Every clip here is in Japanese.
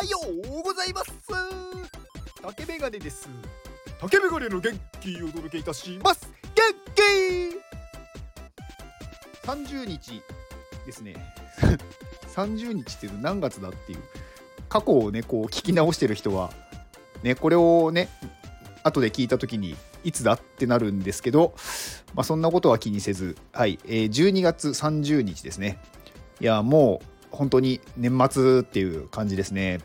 ようございます。竹メガネです。竹メガネの元気をお届けいたします。元気30日ですね30日っていうの何月だっていう過去をねこう聞き直してる人はねこれをね後で聞いた時にいつだってなるんですけど、そんなことは気にせず、12月30日ですね。いやもう本当に年末っていう感じですね。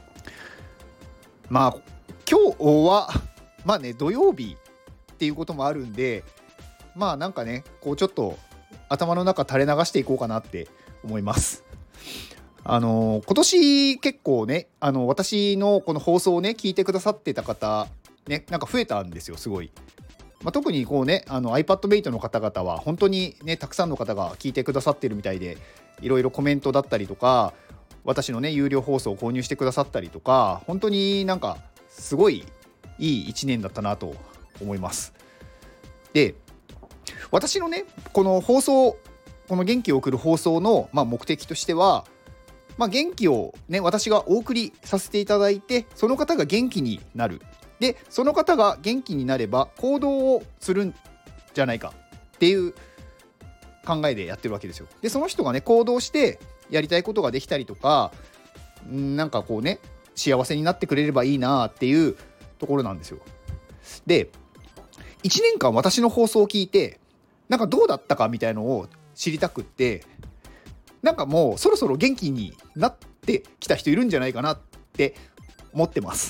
今日は土曜日っていうこともあるんで、なんかねこうちょっと頭の中垂れ流していこうかなって思います。今年結構ね私のこの放送をね聞いてくださってた方ねなんか増えたんですよ、すごい。特にこうねiPadMate の方々は本当にねたくさんの方が聞いてくださってるみたいで、いろいろコメントだったりとか私のね有料放送を購入してくださったりとか、本当になんかすごいいい1年だったなと思います。で私のねこの放送、この元気を送る放送の目的としては、元気をね私がお送りさせていただいて、その方が元気になる。でその方が元気になれば行動をするんじゃないかっていう考えでやってるわけですよ。でその人がね行動してやりたいことができたりとか、なんかこうね幸せになってくれればいいなっていうところなんですよ。で1年間私の放送を聞いてなんかどうだったかみたいのを知りたくって、なんかもうそろそろ元気になってきた人いるんじゃないかなって思ってます。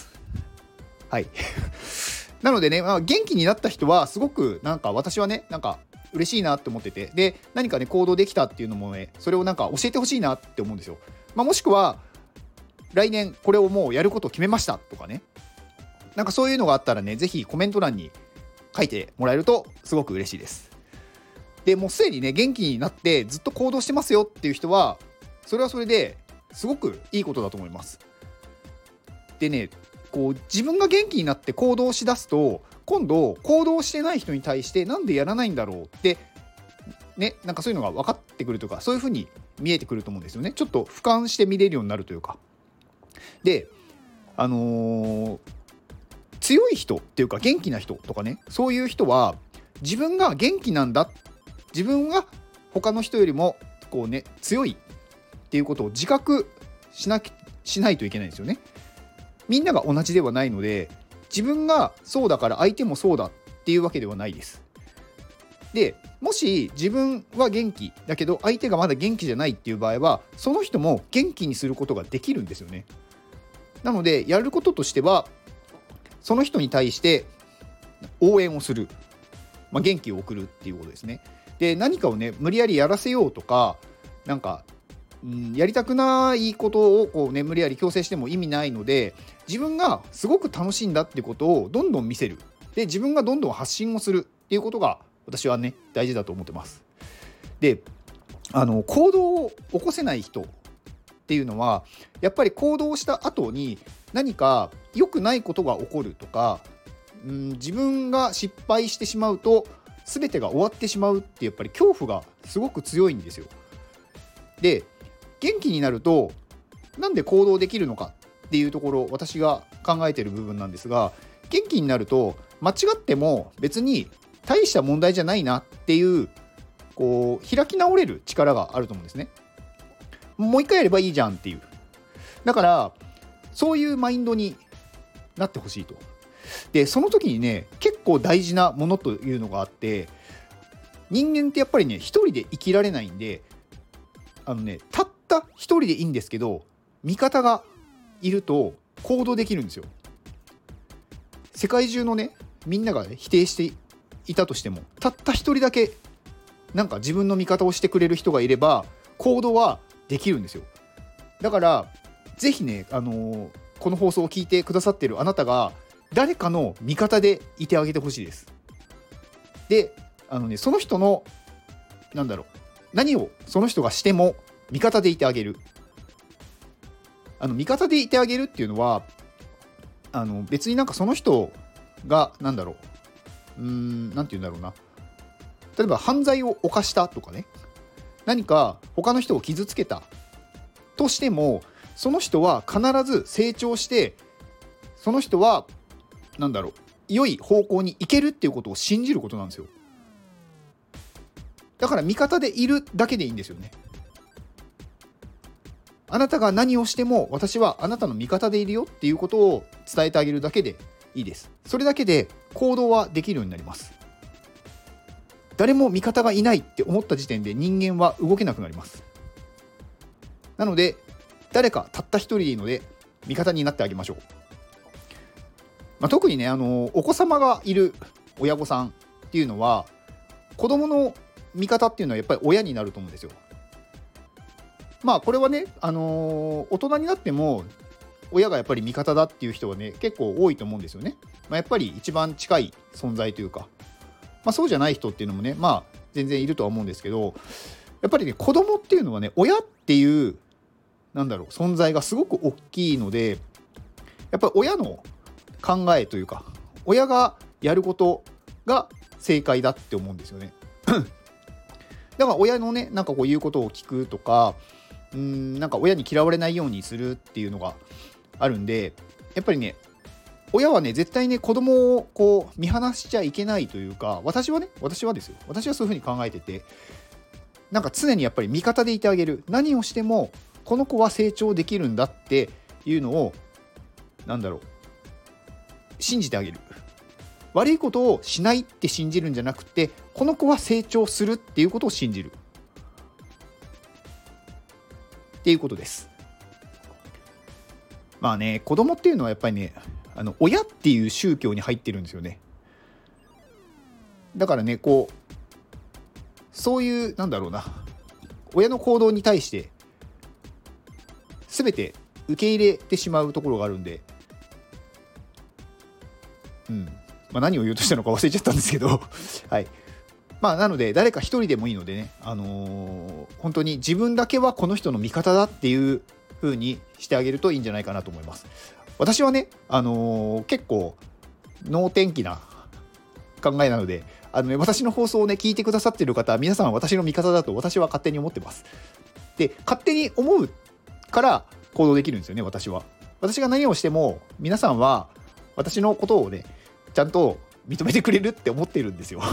なのでね、元気になった人はすごくなんか私はねなんか嬉しいなって思ってて、で何かね行動できたっていうのもねそれをなんか教えてほしいなって思うんですよ。もしくは来年これをもうやることを決めましたとかね、なんかそういうのがあったらねぜひコメント欄に書いてもらえるとすごく嬉しいです。でもうすでにね元気になってずっと行動してますよっていう人はそれはそれですごくいいことだと思います。でねこう自分が元気になって行動しだすと、今度行動してない人に対してなんでやらないんだろうってね、なんかそういうのが分かってくるというか、そういう風に見えてくると思うんですよね。ちょっと俯瞰して見れるようになるというか。で強い人っていうか元気な人とかね、そういう人は自分が元気なんだ、自分が他の人よりもこうね強いっていうことを自覚しないといけないんですよね。みんなが同じではないので、自分がそうだから相手もそうだっていうわけではないです。でもし自分は元気だけど相手がまだ元気じゃないっていう場合は、その人も元気にすることができるんですよね。なのでやることとしては、その人に対して応援をする、元気を送るっていうことですね。で何かをね無理やりやらせようとか、なんかやりたくないことをこうね無理やり強制しても意味ないので、自分がすごく楽しいんだってことをどんどん見せる。で自分がどんどん発信をするっていうことが私はね大事だと思ってます。で行動を起こせない人っていうのはやっぱり行動した後に何か良くないことが起こるとか、自分が失敗してしまうと全てが終わってしまうってやっぱり恐怖がすごく強いんですよ。で元気になるとなんで行動できるのかっていうところ、私が考えている部分なんですが、元気になると間違っても別に大した問題じゃないなっていうこう開き直れる力があると思うんですね。もう一回やればいいじゃんっていう。だからそういうマインドになってほしいと。でその時にね結構大事なものというのがあって、人間ってやっぱりね一人で生きられないんで、たった一人でいいんですけど味方がいると行動できるんですよ。世界中のねみんなが、否定していたとしても、たった一人だけなんか自分の味方をしてくれる人がいれば行動はできるんですよ。だからぜひね、この放送を聞いてくださっているあなたが誰かの味方でいてあげてほしいです。でその人の何をその人がしても味方でいてあげる。味方でいてあげるっていうのは別になんかその人がなんて言うんだろうな、例えば犯罪を犯したとかね、何か他の人を傷つけたとしても、 その人は必ず成長して、その人は良い方向に行けるっていうことを信じることなんですよ。だから味方でいるだけでいいんですよね。あなたが何をしても私はあなたの味方でいるよっていうことを伝えてあげるだけでいいです。それだけで行動はできるようになります。誰も味方がいないって思った時点で人間は動けなくなります。なので誰かたった一人でいいので味方になってあげましょう。特にねお子様がいる親御さんっていうのは子供の味方っていうのはやっぱり親になると思うんですよ。これはね、大人になっても親がやっぱり味方だっていう人はね結構多いと思うんですよね。やっぱり一番近い存在というか、そうじゃない人っていうのもね全然いるとは思うんですけど、やっぱりね子供っていうのはね親っていう存在がすごく大きいので、やっぱり親の考えというか親がやることが正解だって思うんですよね。だから親のね言うことを聞くとか、親に嫌われないようにするっていうのがあるんで、やっぱりね親はね絶対ね子供を見放しちゃいけないというか、私はですよ、私はそういうふうに考えてて、常にやっぱり味方でいてあげる。何をしてもこの子は成長できるんだっていうのを信じてあげる。悪いことをしないって信じるんじゃなくて、この子は成長するっていうことを信じるっていうことです。子供っていうのはやっぱりね親っていう宗教に入ってるんですよね。だからねそういう親の行動に対して全て受け入れてしまうところがあるんで、何を言おうとしたのか忘れちゃったんですけどはい。なので誰か一人でもいいのでね、本当に自分だけはこの人の味方だっていう風にしてあげるといいんじゃないかなと思います。私はね、結構能天気な考えなので、私の放送をね聞いてくださっている方は皆さん私の味方だと私は勝手に思ってます。で、勝手に思うから行動できるんですよね。私が何をしても皆さんは私のことをねちゃんと認めてくれるって思ってるんですよ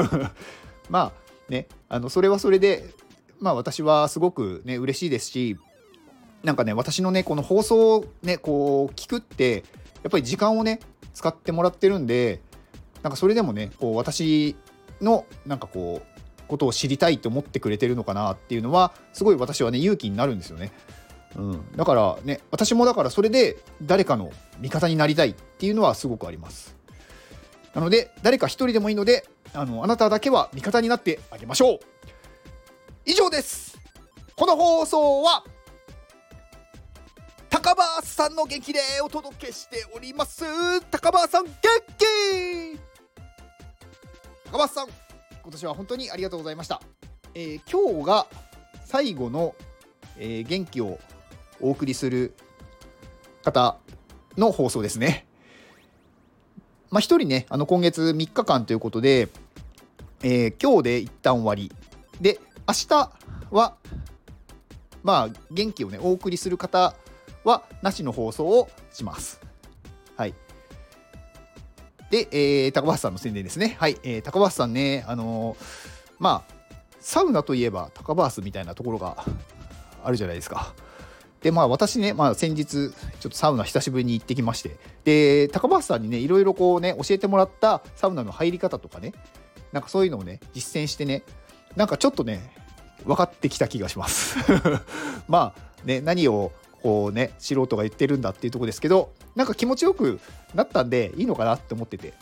それはそれで私はすごくね嬉しいですし、私のねこの放送をね聞くってやっぱり時間をね使ってもらってるんで、それでもね私のことを知りたいと思ってくれてるのかなっていうのはすごい私はね勇気になるんですよね。だからね私もそれで誰かの味方になりたいっていうのはすごくあります。なので誰か一人でもいいのであなただけは味方になってあげましょう。以上です。この放送は高橋さんの元気でお届けしております。高橋さん元気。高橋さん今年は本当にありがとうございました。今日が最後の、元気をお送りする方の放送ですね。一人ね今月3日間ということで、今日で一旦終わりで、明日は元気をねお送りする方はなしの放送をします。はい。で、高橋さんの宣伝ですね。はい、高橋さんねサウナといえば高橋みたいなところがあるじゃないですか。で私ね、先日ちょっとサウナ久しぶりに行ってきまして、で高橋さんにねいろいろ教えてもらったサウナの入り方とかね、そういうのをね実践してねちょっとね分かってきた気がします何を素人が言ってるんだっていうところですけど、気持ちよくなったんでいいのかなって思ってて、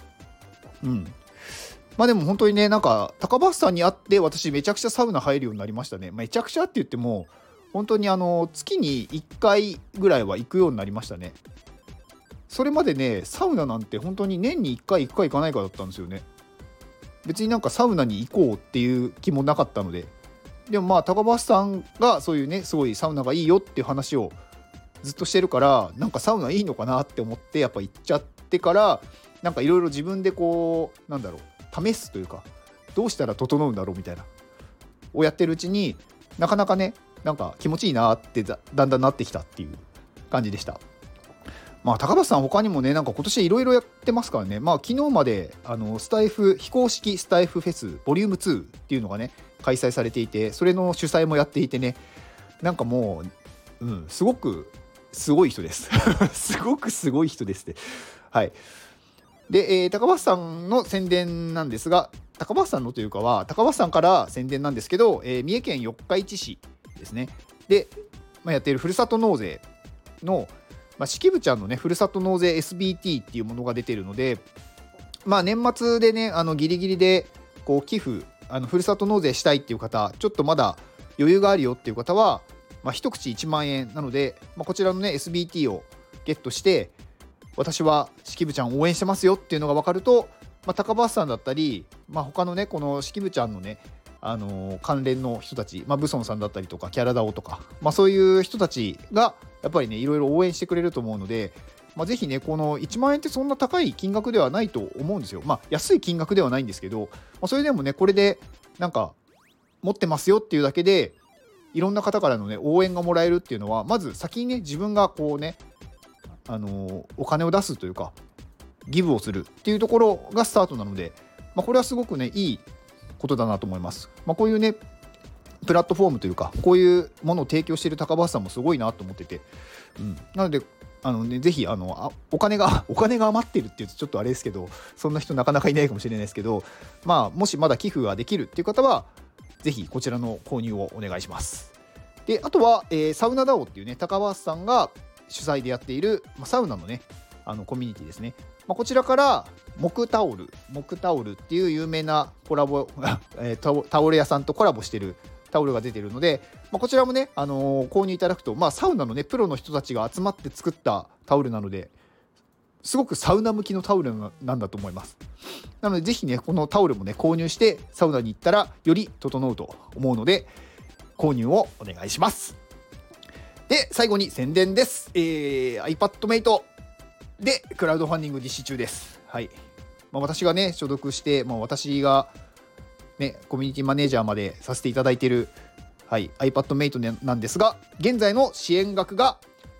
でも本当にね高橋さんに会って私めちゃくちゃサウナ入るようになりましたね。めちゃくちゃって言っても本当に月に1回ぐらいは行くようになりましたね。それまでねサウナなんて本当に年に1回行くか行かないかだったんですよね。別にサウナに行こうっていう気もなかったので、でも高橋さんがそういうねすごいサウナがいいよっていう話をずっとしてるから、サウナいいのかなって思ってやっぱ行っちゃってから、いろいろ自分で試すというか、どうしたら整うんだろうみたいなをやってるうちになかなかね気持ちいいなってだんだんなってきたっていう感じでした。高橋さん他にもねなんか今年いろいろやってますからね。昨日までスタイフ非公式スタイフフェスボリューム2っていうのがね開催されていて、それの主催もやっていてね、なんかもう、すごくすごい人ですすごくすごい人ですね。はい。で、高橋さんの宣伝なんですが、高橋さんのというかは高橋さんから宣伝なんですけど、三重県四日市市ですねで、やっているふるさと納税の、式部ちゃんのねふるさと納税 SBT っていうものが出てるので、年末でねギリギリでこう寄付ふるさと納税したいっていう方、ちょっとまだ余裕があるよっていう方は、一口1万円なので、こちらのね SBT をゲットして、私は式部ちゃんを応援してますよっていうのが分かると、高橋さんだったり、他のねこの式部ちゃんのね関連の人たち、ブソンさんだったりとかキャラダオとか、そういう人たちがやっぱりねいろいろ応援してくれると思うので、ぜひねこの1万円ってそんな高い金額ではないと思うんですよ。安い金額ではないんですけど、それでもねこれでなんか持ってますよっていうだけでいろんな方からのね応援がもらえるっていうのは、まず先にね自分がこうねお金を出すというかギブをするっていうところがスタートなので、これはすごくねいいことだなと思います。こういうねプラットフォームというかこういうものを提供している高橋さんもすごいなと思ってて、なのでぜひお金が余ってるっていうとちょっとあれですけど、そんな人なかなかいないかもしれないですけど、もしまだ寄付ができるっていう方はぜひこちらの購入をお願いします。であとは、サウナダオっていうね高橋さんが主催でやっている、サウナのねコミュニティですね。こちらから木タオルっていう有名なコラボタオル屋さんとコラボしてるタオルが出てるので、こちらもね、購入いただくと、サウナのねプロの人たちが集まって作ったタオルなので、すごくサウナ向きのタオルなんだと思います。なのでぜひねこのタオルもね購入してサウナに行ったらより整うと思うので購入をお願いします。で最後に宣伝です。iPadMate でクラウドファンディング実施中です。はい。私がね所属して、私がねコミュニティマネージャーまでさせていただいている、iPadMate なんですが、現在の支援額が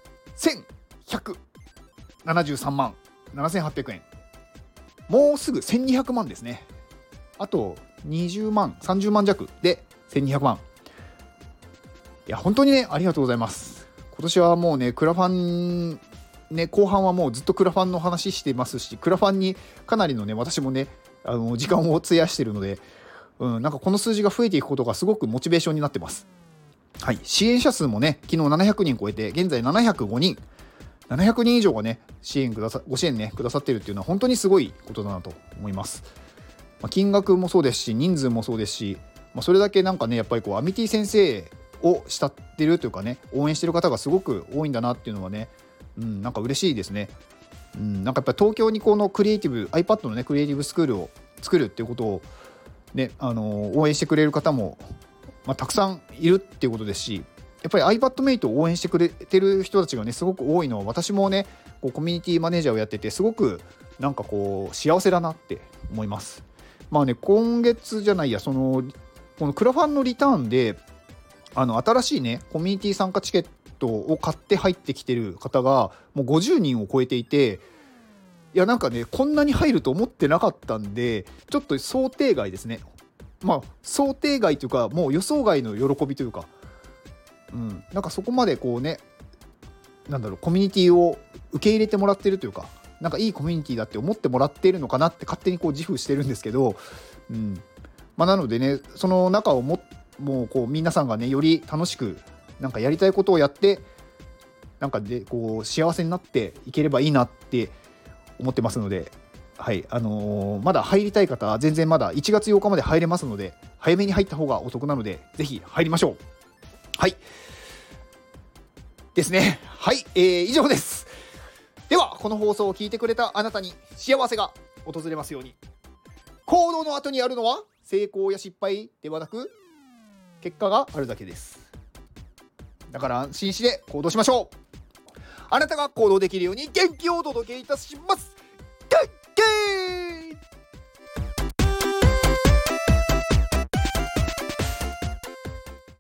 1173万7800円。もうすぐ1200万ですね。あと20万30万弱で1200万。いや本当にねありがとうございます。今年はもうねクラファンね後半はもうずっとクラファンの話してますし、クラファンにかなりのね私もね時間を費やしてるので、なんかこの数字が増えていくことがすごくモチベーションになってます。はい。支援者数もね昨日700人超えて現在705人700人以上がねご支援ねくださってるっていうのは本当にすごいことだなと思います。金額もそうですし人数もそうですし、それだけなんかねやっぱりアミティ先生を慕ってるというかね応援してる方がすごく多いんだなっていうのはね、なんか嬉しいですね。なんかやっぱり東京にこのクリエイティブ iPad のねクリエイティブスクールを作るっていうことをね応援してくれる方も、たくさんいるっていうことですし、やっぱり iPadMate を応援してくれてる人たちがねすごく多いのは、私もねコミュニティマネージャーをやっててすごくなんか幸せだなって思います。今月じゃないやこのクラファンのリターンで新しいねコミュニティ参加チケットを買って入ってきてる方がもう50人を超えていて、いやなんかねこんなに入ると思ってなかったんでちょっと想定外ですね。想定外というかもう予想外の喜びというか、なんかそこまでコミュニティを受け入れてもらってるというか、なんかいいコミュニティだって思ってもらっているのかなって勝手に自負してるんですけど、なのでねその中をもう皆さんがねより楽しくなんかやりたいことをやってなんかで幸せになっていければいいなって思ってますので、はい。まだ入りたい方は全然まだ1月8日まで入れますので、早めに入った方がお得なのでぜひ入りましょう。はいですね。はい、以上です。ではこの放送を聞いてくれたあなたに幸せが訪れますように。行動の後にあるのは成功や失敗ではなく結果があるだけです。だから安心して行動しましょう。あなたが行動できるように元気をお届けいたします。